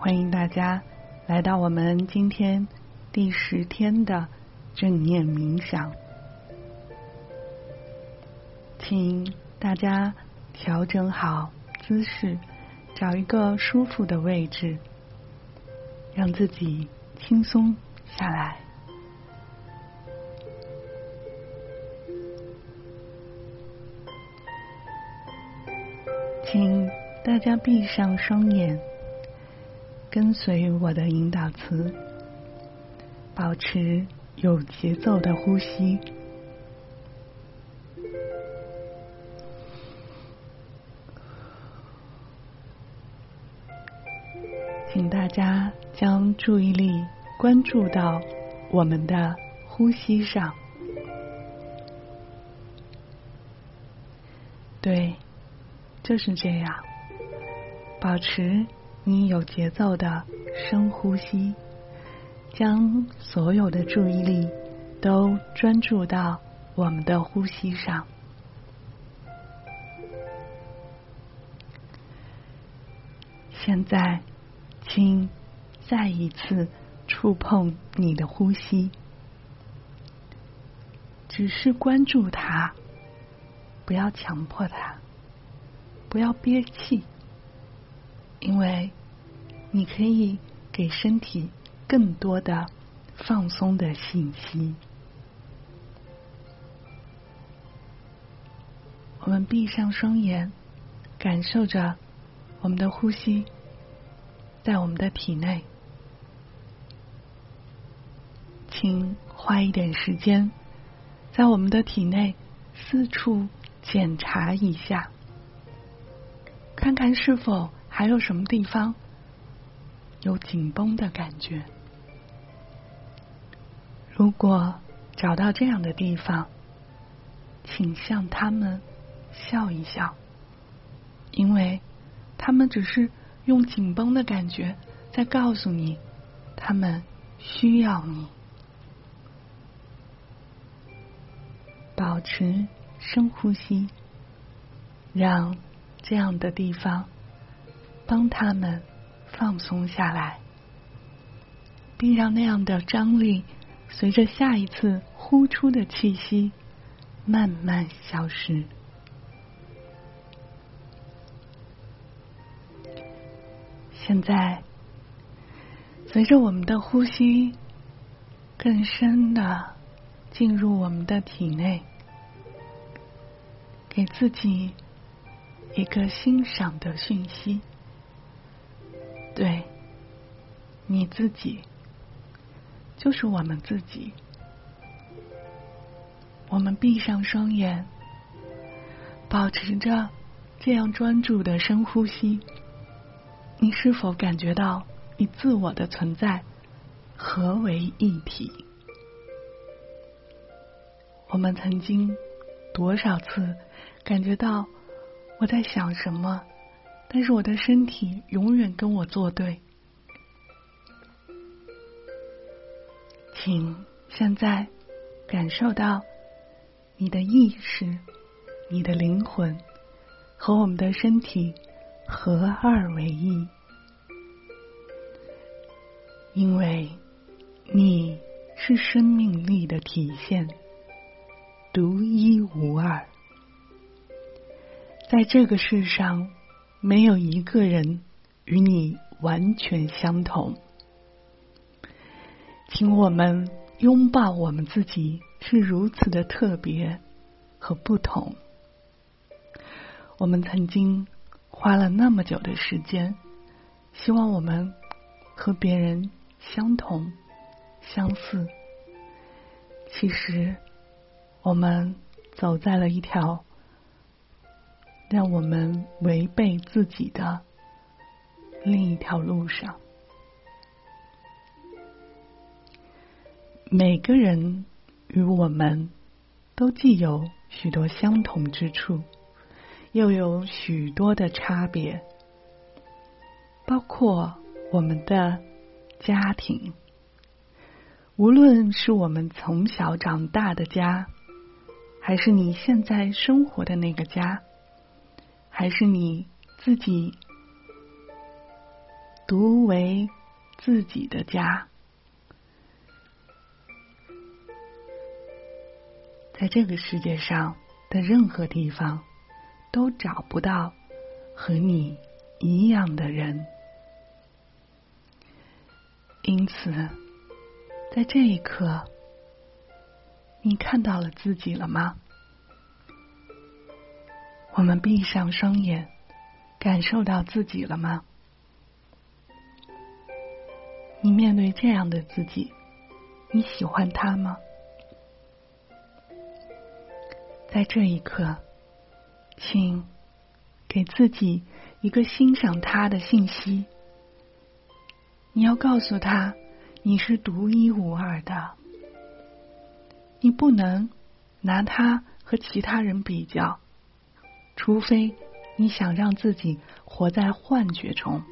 欢迎大家来到我们今天第10天的正念冥想。请大家调整好姿势，找一个舒服的位置，让自己轻松下来。请大家闭上双眼，跟随我的引导词，保持有节奏的呼吸。请大家将注意力关注到我们的呼吸上。对，就是这样，保持你有节奏的深呼吸，将所有的注意力都专注到我们的呼吸上。现在，请再一次触碰你的呼吸，只是关注它，不要强迫它，不要憋气，因为你可以给身体更多的放松的信息。我们闭上双眼，感受着我们的呼吸在我们的体内。请花一点时间在我们的体内四处检查一下，看看是否还有什么地方有紧绷的感觉。如果找到这样的地方，请向他们笑一笑，因为他们只是用紧绷的感觉在告诉你，他们需要你。保持深呼吸，让这样的地方帮他们放松下来，并让那样的张力随着下一次呼出的气息慢慢消失。现在，随着我们的呼吸更深的进入我们的体内，给自己一个欣赏的讯息。对，你自己就是我们自己。我们闭上双眼，保持着这样专注的深呼吸。你是否感觉到你自我的存在合为一体？我们曾经多少次感觉到我在想什么，但是我的身体永远跟我作对。请现在感受到你的意识、你的灵魂和我们的身体合二为一，因为你是生命力的体现，独一无二。在这个世上，没有一个人与你完全相同。请我们拥抱我们自己是如此的特别和不同。我们曾经花了那么久的时间，希望我们和别人相同、相似。其实，我们走在了一条让我们违背自己的另一条路上。每个人与我们都既有许多相同之处，又有许多的差别，包括我们的家庭。无论是我们从小长大的家，还是你现在生活的那个家，还是你自己独为自己的家。在这个世界上的任何地方都找不到和你一样的人，因此在这一刻，你看到了自己了吗？我们闭上双眼，感受到自己了吗？你面对这样的自己，你喜欢他吗？在这一刻，请给自己一个欣赏他的信息。你要告诉他，你是独一无二的，你不能拿他和其他人比较，除非你想让自己活在幻觉中。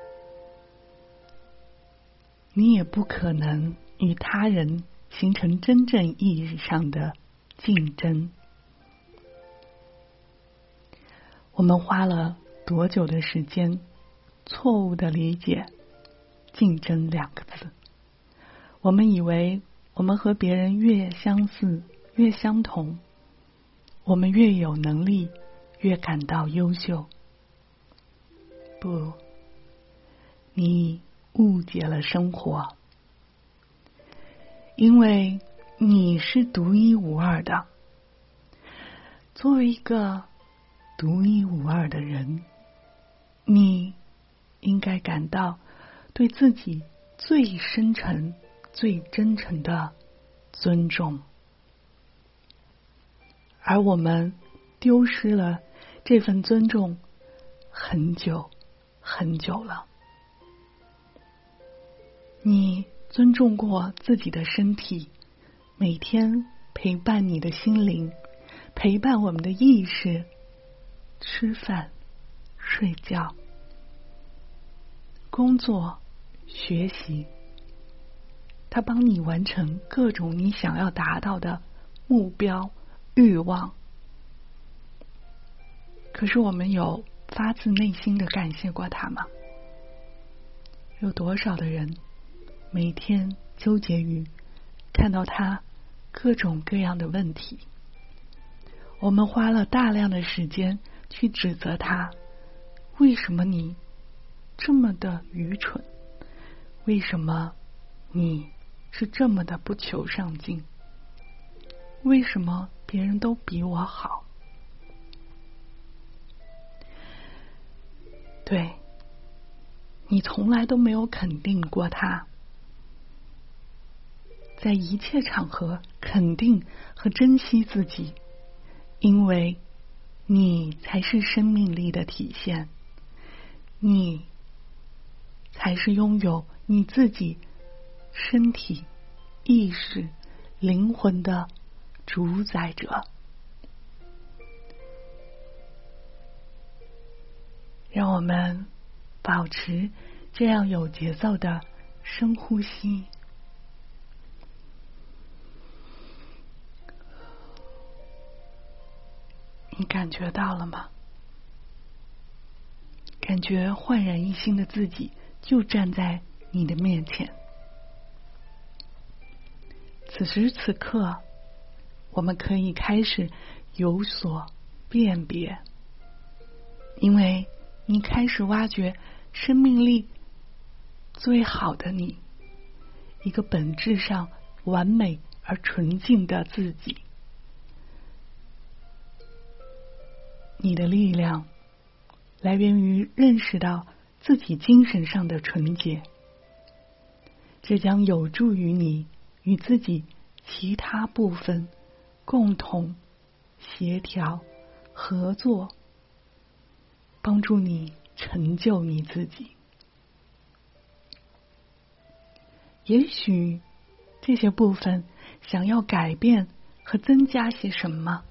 你也不可能与他人形成真正意义上的竞争。我们花了多久的时间错误的理解竞争两个字？我们以为我们和别人越相似越相同，我们越有能力越感到优秀。不，你误解了生活，因为你是独一无二的。作为一个独一无二的人，你应该感到对自己最深沉、最真诚的尊重。而我们丢失了这份尊重很久很久了。你尊重过自己的身体，每天陪伴你的心灵，陪伴我们的意识，吃饭、睡觉、工作、学习，它帮你完成各种你想要达到的目标、欲望。可是我们有发自内心的感谢过它吗？有多少的人每天纠结于看到他各种各样的问题？我们花了大量的时间去指责他，为什么你这么的愚蠢？为什么你是这么的不求上进？为什么别人都比我好？对，你从来都没有肯定过他，在一切场合肯定和珍惜自己，因为你才是生命力的体现，你才是拥有你自己身体、意识、灵魂的主宰者。让我们保持这样有节奏的深呼吸。你感觉到了吗？感觉焕然一新的自己就站在你的面前。此时此刻，我们可以开始有所辨别，因为你开始挖掘生命力最好的你，一个本质上完美而纯净的自己。你的力量来源于认识到自己精神上的纯洁，这将有助于你与自己其他部分共同协调合作，帮助你成就你自己。也许这些部分想要改变和增加些什么，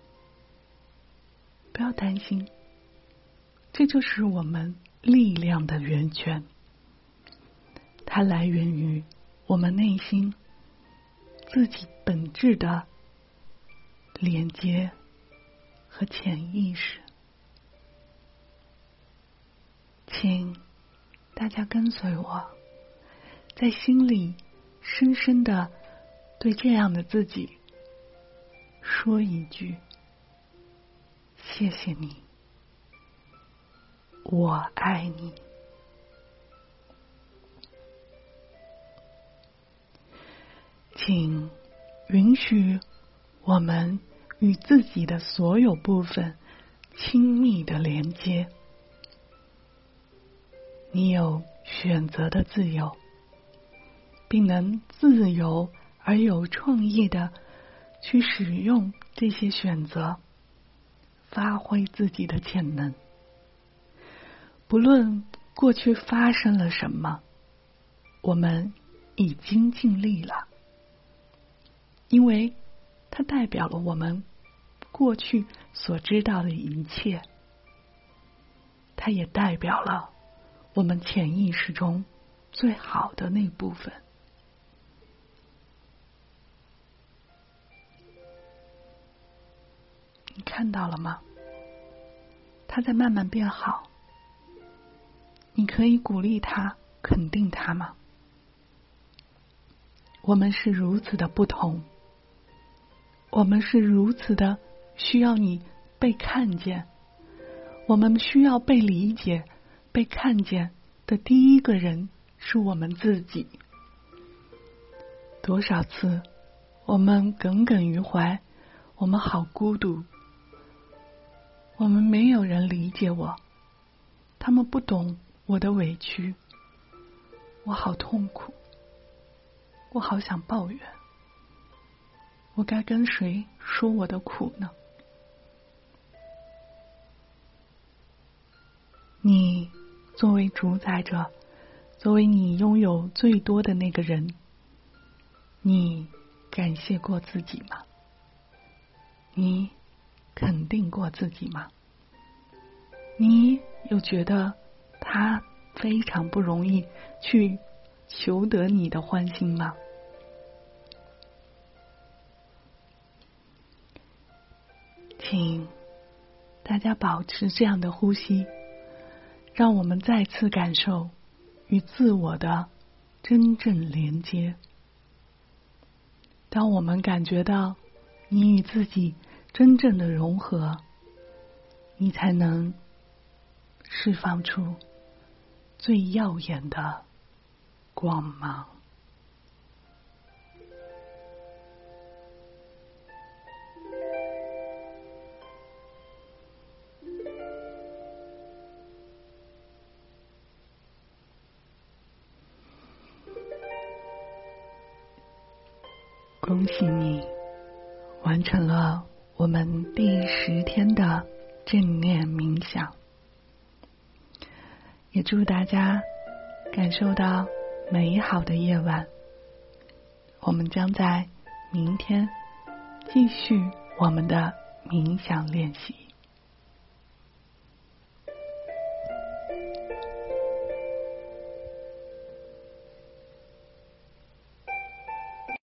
不要担心，这就是我们力量的源泉，它来源于我们内心自己本质的连接和潜意识。请大家跟随我，在心里深深的对这样的自己说一句：谢谢你，我爱你。请允许我们与自己的所有部分亲密的连接。你有选择的自由，并能自由而有创意的去使用这些选择，发挥自己的潜能。不论过去发生了什么，我们已经尽力了，因为它代表了我们过去所知道的一切，它也代表了我们潜意识中最好的那部分。你看到了吗？它在慢慢变好。你可以鼓励它，肯定它吗？我们是如此的不同，我们是如此的需要你被看见，我们需要被理解、被看见的第一个人是我们自己。多少次我们耿耿于怀，我们好孤独，我们没有人理解我，他们不懂我的委屈，我好痛苦，我好想抱怨，我该跟谁说我的苦呢？你作为主宰者，作为你拥有最多的那个人，你感谢过自己吗？你肯定过自己吗？你有觉得他非常不容易去求得你的欢心吗？请大家保持这样的呼吸，让我们再次感受与自我的真正连接。当我们感觉到你与自己真正的融合，你才能释放出最耀眼的光芒。恭喜你完成了我们第10天的正念冥想，也祝大家感受到美好的夜晚。我们将在明天继续我们的冥想练习。